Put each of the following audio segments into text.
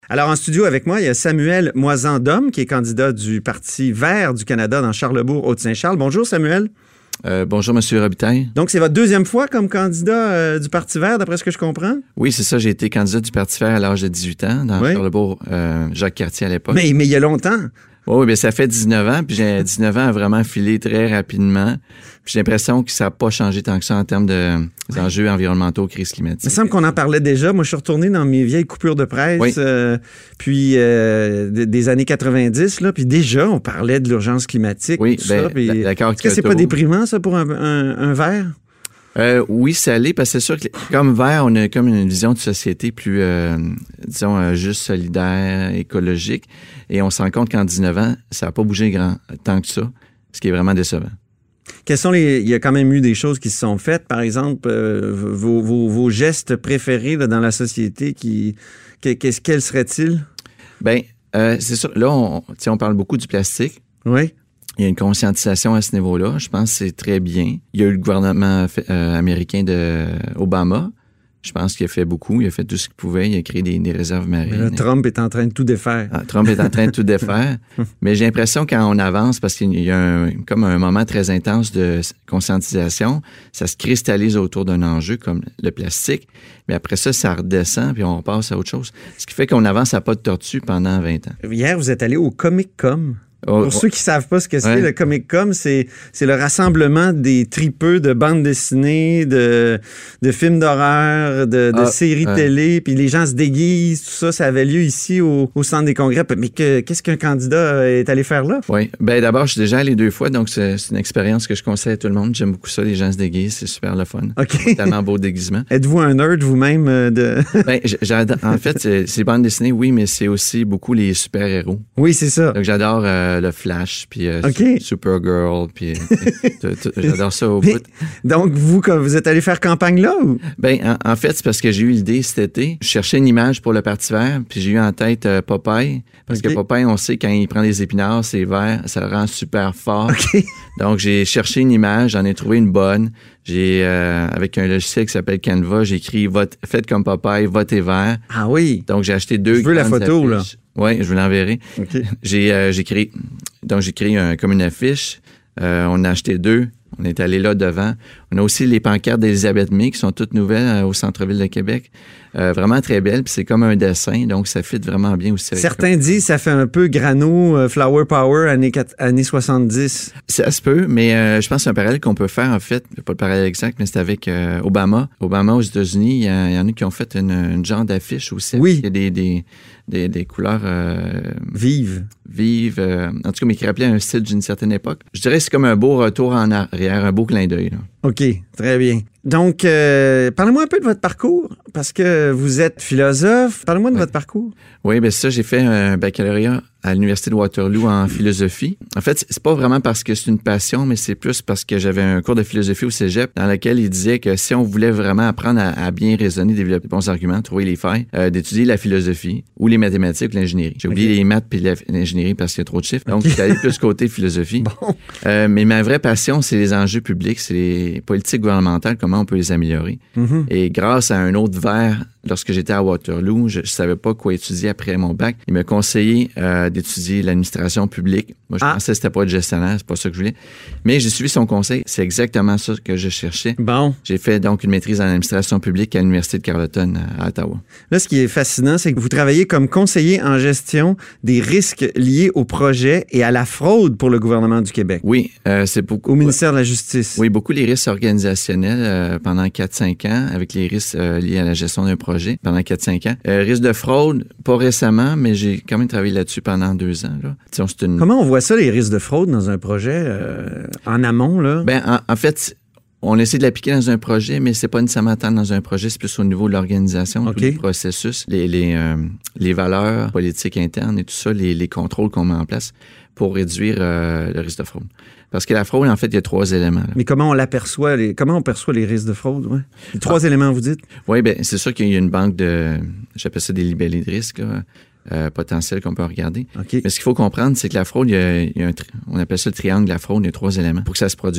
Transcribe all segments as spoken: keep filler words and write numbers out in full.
Alors, en studio avec moi, il y a Samuel Moisan-Dom, qui est candidat du Parti vert du Canada dans Charlesbourg-Haute-Saint-Charles. Bonjour, Samuel. Euh, bonjour, M. Robitaille. Donc, c'est votre deuxième fois comme candidat euh, du Parti vert, d'après ce que je comprends? Oui, c'est ça. J'ai été candidat du Parti vert à l'âge de dix-huit ans, dans oui. Charlesbourg, euh, Jacques-Cartier à l'époque. Mais, mais il y a longtemps. Oui, oui, bien, ça fait dix-neuf ans, puis j'ai dix-neuf ans à vraiment filer très rapidement. Puis j'ai l'impression que ça n'a pas changé tant que ça en termes de oui. enjeux environnementaux, crise climatique. Il me semble qu'on en parlait déjà. Moi, je suis retourné dans mes vieilles coupures de presse, oui. euh, puis euh, des années quatre-vingt-dix, là, puis déjà, on parlait de l'urgence climatique. Oui, tout bien, ça, puis, d'accord. Est-ce que c'est pas déprimant, ça, pour un, un, un vert? Euh, oui, ça l'est, parce que c'est sûr que comme vert, on a comme une vision de société plus, euh, disons, euh, juste solidaire, écologique, et on se rend compte qu'en dix-neuf ans, ça n'a pas bougé grand tant que ça, ce qui est vraiment décevant. Quels sont les... Il y a quand même eu des choses qui se sont faites. Par exemple, euh, vos, vos, vos gestes préférés là, dans la société, qui... Qu'est-ce, quels seraient-ils? Bien, euh, c'est sûr. Là, on, on parle beaucoup du plastique. Oui. Il y a une conscientisation à ce niveau-là. Je pense que c'est très bien. Il y a eu le gouvernement euh, américain de Obama. Je pense qu'il a fait beaucoup. Il a fait tout ce qu'il pouvait. Il a créé des, des réserves marines. Mais là, Trump est en train de tout défaire. Ah, Trump est en train de tout défaire. Mais j'ai l'impression quand on avance, parce qu'il y a un, comme un moment très intense de conscientisation, ça se cristallise autour d'un enjeu comme le plastique. Mais après ça, ça redescend puis on passe à autre chose. Ce qui fait qu'on avance à pas de tortue pendant vingt ans. Hier, vous êtes allé au Comic-Con. Oh, Pour ceux qui ne savent pas ce que c'est, ouais. le Comic-Con, c'est, c'est le rassemblement des tripeux de bandes dessinées, de, de films d'horreur, de, de ah, séries ouais. télé, puis les gens se déguisent, tout ça. Ça avait lieu ici au, au Centre des congrès. Mais que, qu'est-ce qu'un candidat est allé faire là? Oui. Bien, d'abord, je suis déjà allé deux fois, donc c'est, c'est une expérience que je conseille à tout le monde. J'aime beaucoup ça, les gens se déguisent, c'est super le fun. OK. Tellement beau déguisement. Êtes-vous un nerd vous-même de... Bien, j'adore. En fait, c'est, c'est les bandes dessinées, oui, mais c'est aussi beaucoup les super-héros. Oui, c'est ça. Donc, j'adore euh, le Flash, puis euh, okay. Supergirl, puis euh, j'adore ça au bout. Donc, vous, quand vous êtes allé faire campagne là? Ou? Ben, en, en fait, c'est parce que j'ai eu l'idée cet été. Je cherchais une image pour le Parti vert, puis j'ai eu en tête euh, Popeye. Parce okay. que Popeye, on sait, quand il prend des épinards, c'est vert, ça le rend super fort. Okay. Donc, j'ai cherché une image, j'en ai trouvé une bonne. J'ai, euh, avec un logiciel qui s'appelle Canva, j'ai écrit vote, « Faites comme Popeye, votez vert ». Ah oui? Donc, j'ai acheté deux. Je veux la photo, affiches. Là. Oui, je vous l'enverrai. Okay. J'ai, euh, j'ai créé, donc j'ai créé un, comme une affiche. Euh, on a acheté deux. On est allé là devant. On a aussi les pancartes d'Elisabeth May qui sont toutes nouvelles euh, au centre-ville de Québec. Euh, vraiment très belles. Puis c'est comme un dessin, donc ça fit vraiment bien aussi. Certains disent que ça fait un peu Grano, euh, Flower Power, années, années soixante-dix. Ça se peut, mais euh, je pense que c'est un parallèle qu'on peut faire, en fait. Pas le parallèle exact, mais c'est avec euh, Obama. Obama aux États-Unis, il y, y en a qui ont fait une, une genre d'affiche aussi. Oui. Il y a des, des, des, des couleurs... Euh, vives. Vives. Euh, en tout cas, mais qui rappelaient un style d'une certaine époque. Je dirais que c'est comme un beau retour en arrière, un beau clin d'œil. Là. OK, très bien. Donc, euh, parlez-moi un peu de votre parcours, parce que vous êtes philosophe. Parlez-moi de oui. votre parcours. Oui, bien ça, j'ai fait un baccalauréat à l'Université de Waterloo en philosophie. En fait, c'est pas vraiment parce que c'est une passion, mais c'est plus parce que j'avais un cours de philosophie au cégep dans lequel il disait que si on voulait vraiment apprendre à, à bien raisonner, développer de bons arguments, trouver les failles, euh, d'étudier la philosophie ou les mathématiques ou l'ingénierie. J'ai oublié okay. les maths puis l'ingénierie parce qu'il y a trop de chiffres. Donc, okay. j'étais allé plus côté philosophie. Bon. Euh, mais ma vraie passion, c'est les enjeux publics, c'est les politiques gouvernementales, comment on peut les améliorer. Mm-hmm. Et grâce à un autre verre, lorsque j'étais à Waterloo, je ne savais pas quoi étudier après mon bac. Il m'a conseillé euh, d'étudier l'administration publique. Moi, je ah. pensais que c'était pas être gestionnaire, c'est pas ça que je voulais. Mais j'ai suivi son conseil. C'est exactement ça que je cherchais. Bon. J'ai fait donc une maîtrise en administration publique à l'Université de Carleton à Ottawa. Là, ce qui est fascinant, c'est que vous travaillez comme conseiller en gestion des risques liés au projet et à la fraude pour le gouvernement du Québec. Oui, euh, c'est beaucoup. Au ministère de la Justice. Oui, beaucoup les risques organisationnels euh, pendant quatre à cinq ans, avec les risques euh, liés à la gestion d'un projet pendant quatre à cinq ans. Euh, risque de fraude, pas récemment, mais j'ai quand même travaillé là-dessus pendant deux ans. Là. Disons, c'est une... Comment on voit ça, les risques de fraude dans un projet euh, en amont? Là? Ben, en, en fait, on essaie de l'appliquer dans un projet, mais c'est pas nécessairement tant dans un projet, c'est plus au niveau de l'organisation, okay. tous les processus, les, les, euh, les valeurs politiques internes et tout ça, les, les contrôles qu'on met en place pour réduire euh, le risque de fraude. Parce que la fraude, en fait, il y a trois éléments. Là. Mais comment on l'aperçoit? Les, comment on perçoit les risques de fraude? Ouais. Les trois ah. éléments, vous dites? Oui, bien, c'est sûr qu'il y a une banque de... J'appelle ça des libellés de risque, là. Euh, potentiel qu'on peut regarder. Okay. Mais ce qu'il faut comprendre, c'est que la fraude, il y a, il y a un tri- on appelle ça le triangle de la fraude, il y a trois éléments pour que ça se produise.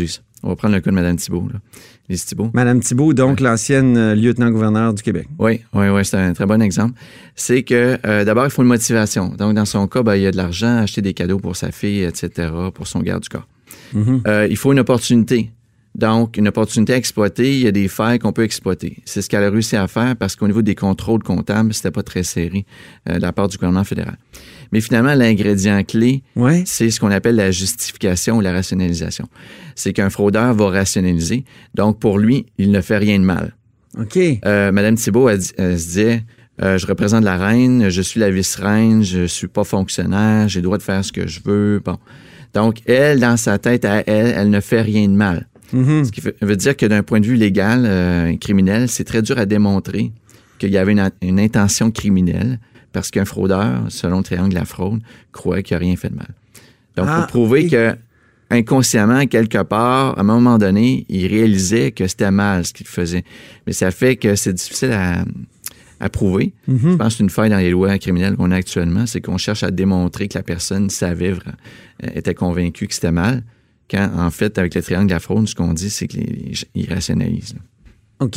On va prendre le cas de Mme Thibault, là. Lise Thibault. Mme Thibault, donc ouais. l'ancienne euh, lieutenant-gouverneur du Québec. Oui, oui, oui, c'est un très bon exemple. C'est que, euh, d'abord, il faut une motivation. Donc, dans son cas, ben, il y a de l'argent, acheter des cadeaux pour sa fille, et cetera, pour son garde du corps. Mm-hmm. Euh, il faut une opportunité. Donc, une opportunité à exploiter, il y a des failles qu'on peut exploiter. C'est ce qu'elle a réussi à faire parce qu'au niveau des contrôles comptables, c'était pas très serré euh, de la part du gouvernement fédéral. Mais finalement, l'ingrédient clé, ouais. c'est ce qu'on appelle la justification ou la rationalisation. C'est qu'un fraudeur va rationaliser. Donc, pour lui, il ne fait rien de mal. OK. Euh, Mme Thibault, elle, elle se disait, euh, je représente la reine, je suis la vice-reine, je suis pas fonctionnaire, j'ai le droit de faire ce que je veux. Bon. Donc, elle, dans sa tête, à elle, elle ne fait rien de mal. Mm-hmm. Ce qui veut dire que d'un point de vue légal, euh, criminel, c'est très dur à démontrer qu'il y avait une, une intention criminelle parce qu'un fraudeur, selon le triangle de la fraude, croit qu'il n'a rien fait de mal. Donc, il ah, faut prouver oui. que inconsciemment, quelque part, à un moment donné, il réalisait que c'était mal ce qu'il faisait. Mais ça fait que c'est difficile à, à prouver. Mm-hmm. Je pense que c'est une faille dans les lois criminelles qu'on a actuellement, c'est qu'on cherche à démontrer que la personne savait, était convaincue que c'était mal. Quand, en fait, avec le triangle de la fraude, ce qu'on dit, c'est qu'ils rationalisent. OK.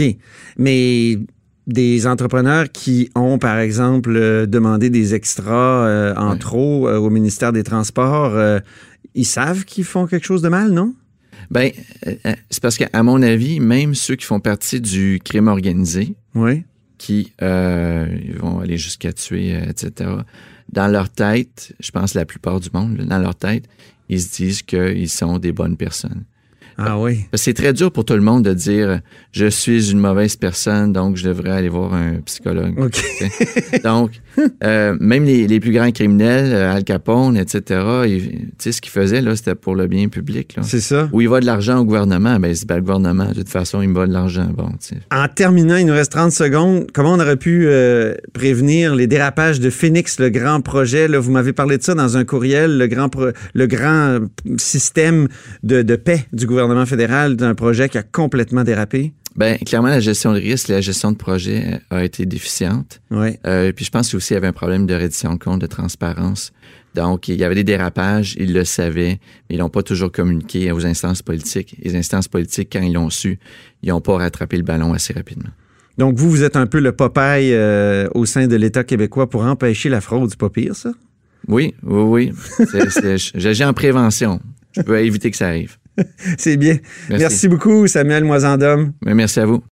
Mais des entrepreneurs qui ont, par exemple, euh, demandé des extras euh, en ouais. trop euh, au ministère des Transports, euh, ils savent qu'ils font quelque chose de mal, non? Bien, euh, c'est parce qu'à mon avis, même ceux qui font partie du crime organisé, oui. qui euh, vont aller jusqu'à tuer, euh, et cetera, dans leur tête, je pense la plupart du monde, là, dans leur tête, ils se disent qu'ils sont des bonnes personnes. Ah oui. Parce que c'est très dur pour tout le monde de dire « je suis une mauvaise personne, donc je devrais aller voir un psychologue. Okay. » Donc, euh, même les, les plus grands criminels, Al Capone, et cetera, tu sais, ce qu'ils faisaient, là, c'était pour le bien public. Là. C'est ça. Où il va de l'argent au gouvernement, ben, c'est ben, le gouvernement, de toute façon, il me va de l'argent. Bon, t'sais. En terminant, il nous reste trente secondes. Comment on aurait pu euh, prévenir les dérapages de Phoenix, le grand projet? Là, vous m'avez parlé de ça dans un courriel, le grand, pro, le grand système de, de paix du gouvernement fédéral d'un projet qui a complètement dérapé? Bien, clairement, la gestion de risque, la gestion de projet a été déficiente. Oui. Euh, puis je pense aussi qu'il y avait un problème de reddition de compte, de transparence. Donc, il y avait des dérapages, ils le savaient, mais ils n'ont pas toujours communiqué aux instances politiques. Les instances politiques, quand ils l'ont su, ils n'ont pas rattrapé le ballon assez rapidement. Donc, vous, vous êtes un peu le Popeye euh, au sein de l'État québécois pour empêcher la fraude. C'est pas pire, ça? Oui, oui, oui. C'est, c'est, j'agis en prévention. Je peux éviter que ça arrive. C'est bien. Merci. Merci beaucoup, Samuel Moisandom. Merci à vous.